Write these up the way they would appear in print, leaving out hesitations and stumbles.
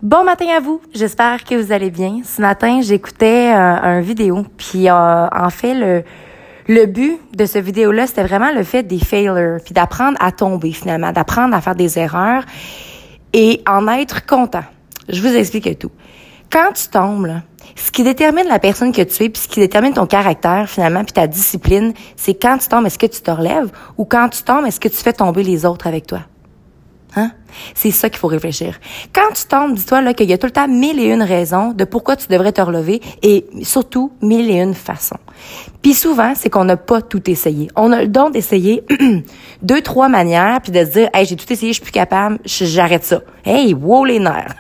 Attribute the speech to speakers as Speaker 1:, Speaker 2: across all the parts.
Speaker 1: Bon matin à vous, j'espère que vous allez bien. Ce matin, j'écoutais un vidéo, puis en fait, le but de ce vidéo-là, c'était vraiment le fait des failures, puis d'apprendre à tomber finalement, d'apprendre à faire des erreurs et en être content. Je vous explique tout. Quand tu tombes, là, ce qui détermine la personne que tu es, puis ce qui détermine ton caractère finalement, puis ta discipline, c'est quand tu tombes, est-ce que tu te relèves, ou quand tu tombes, est-ce que tu fais tomber les autres avec toi? Hein? C'est ça qu'il faut réfléchir. Quand tu tombes, dis-toi là qu'il y a tout le temps 1001 raisons de pourquoi tu devrais te relever et surtout 1001 façons. Puis souvent, c'est qu'on n'a pas tout essayé. On a le don d'essayer 2-3 manières puis de se dire « Hey, j'ai tout essayé, je suis plus capable, j'arrête ça. » Hey, wow les nerfs!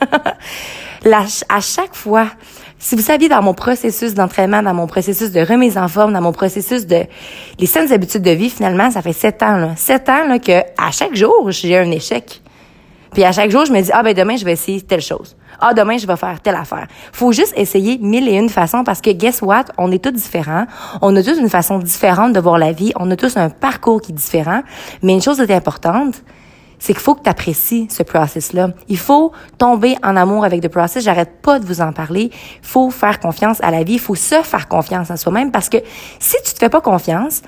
Speaker 1: À chaque fois, si vous saviez dans mon processus d'entraînement, dans mon processus de remise en forme, dans mon processus de les saines habitudes de vie, finalement, ça fait 7 ans, là. 7 ans, là, que à chaque jour, j'ai un échec. Puis à chaque jour, je me dis, demain, je vais essayer telle chose. Demain, je vais faire telle affaire. Faut juste essayer 1001 façons parce que guess what? On est tous différents. On a tous une façon différente de voir la vie. On a tous un parcours qui est différent. Mais une chose est importante, c'est qu'il faut que tu apprécies ce process-là. Il faut tomber en amour avec le process. J'arrête pas de vous en parler. Il faut faire confiance à la vie. Il faut se faire confiance à soi-même parce que si tu te fais pas confiance,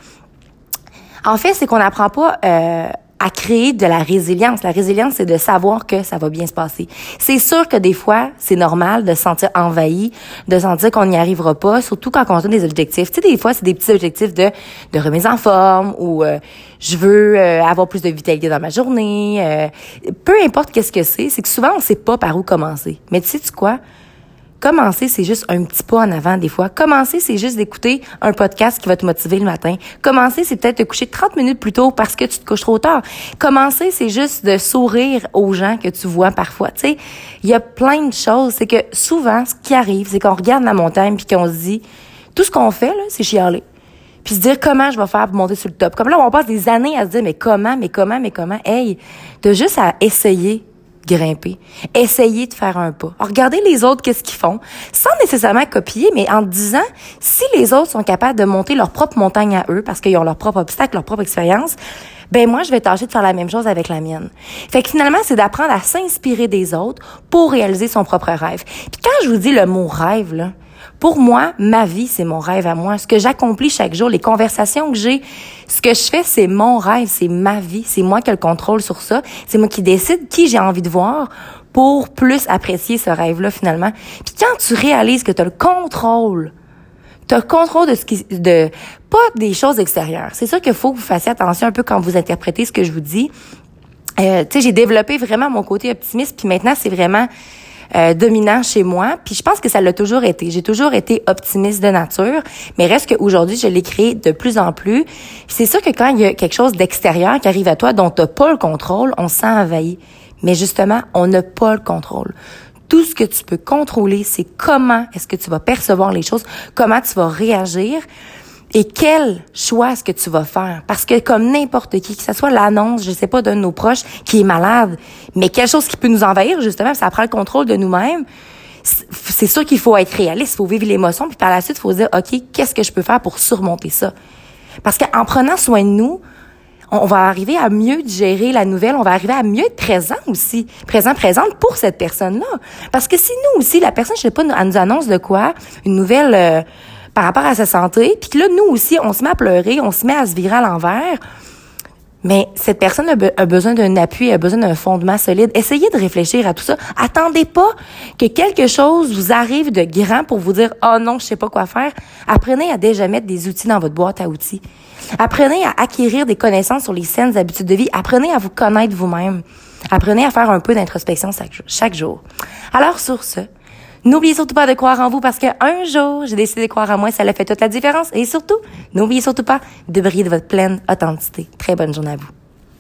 Speaker 1: en fait, c'est qu'on n'apprend pas à créer de la résilience. La résilience, c'est de savoir que ça va bien se passer. C'est sûr que des fois, c'est normal de se sentir envahi, de sentir qu'on n'y arrivera pas, surtout quand on a des objectifs. Tu sais, des fois, c'est des petits objectifs de remise en forme ou je veux avoir plus de vitalité dans ma journée. Peu importe qu'est-ce que c'est que souvent, on sait pas par où commencer. Mais tu sais quoi? Commencer, c'est juste un petit pas en avant des fois. Commencer, c'est juste d'écouter un podcast qui va te motiver le matin. Commencer, c'est peut-être te coucher 30 minutes plus tôt parce que tu te couches trop tard. Commencer, c'est juste de sourire aux gens que tu vois parfois. Tu sais, il y a plein de choses. C'est que souvent, ce qui arrive, c'est qu'on regarde la montagne puis qu'on se dit, tout ce qu'on fait, là, c'est chialer. Puis se dire comment je vais faire pour monter sur le top. Comme là, on passe des années à se dire, mais comment? Hey, t'as juste à essayer grimper, essayer de faire un pas. Regardez les autres, qu'est-ce qu'ils font, sans nécessairement copier, mais en disant, si les autres sont capables de monter leur propre montagne à eux, parce qu'ils ont leur propre obstacle, leur propre expérience, ben moi, je vais tâcher de faire la même chose avec la mienne. Fait que finalement, c'est d'apprendre à s'inspirer des autres pour réaliser son propre rêve. Puis quand je vous dis le mot rêve, là, pour moi, ma vie, c'est mon rêve à moi. Ce que j'accomplis chaque jour, les conversations que j'ai, ce que je fais, c'est mon rêve, c'est ma vie. C'est moi qui ai le contrôle sur ça. C'est moi qui décide qui j'ai envie de voir pour plus apprécier ce rêve-là, finalement. Puis quand tu réalises que tu as le contrôle de pas des choses extérieures. C'est sûr qu'il faut que vous fassiez attention un peu quand vous interprétez ce que je vous dis. Tu sais, j'ai développé vraiment mon côté optimiste, puis maintenant, c'est vraiment dominant chez moi, puis je pense que ça l'a toujours été. J'ai toujours été optimiste de nature, mais reste qu'aujourd'hui, je l'ai créé de plus en plus. C'est sûr que quand il y a quelque chose d'extérieur qui arrive à toi dont tu n'as pas le contrôle, on se sent envahi. Mais justement, on n'a pas le contrôle. Tout ce que tu peux contrôler, c'est comment est-ce que tu vas percevoir les choses, comment tu vas réagir et quel choix est-ce que tu vas faire. Parce que comme n'importe qui, que ce soit l'annonce, je sais pas, d'un de nos proches qui est malade, mais quelque chose qui peut nous envahir, justement, ça prend le contrôle de nous-mêmes, c'est sûr qu'il faut être réaliste, il faut vivre l'émotion, puis par la suite, il faut se dire, OK, qu'est-ce que je peux faire pour surmonter ça? Parce qu'en prenant soin de nous, on va arriver à mieux gérer la nouvelle, on va arriver à mieux être présente présente pour cette personne-là. Parce que si nous aussi, la personne, je sais pas, elle nous annonce de quoi, une nouvelle par rapport à sa santé, puis que là, nous aussi, on se met à pleurer, on se met à se virer à l'envers, mais cette personne a besoin d'un appui, a besoin d'un fondement solide. Essayez de réfléchir à tout ça. Attendez pas que quelque chose vous arrive de grand pour vous dire « Oh non, je sais pas quoi faire ». Apprenez à déjà mettre des outils dans votre boîte à outils. Apprenez à acquérir des connaissances sur les saines habitudes de vie. Apprenez à vous connaître vous-même. Apprenez à faire un peu d'introspection chaque jour. Alors sur ce, n'oubliez surtout pas de croire en vous parce qu'un jour, j'ai décidé de croire en moi, ça a fait toute la différence. Et surtout, n'oubliez surtout pas de briller de votre pleine authenticité. Très bonne journée à vous.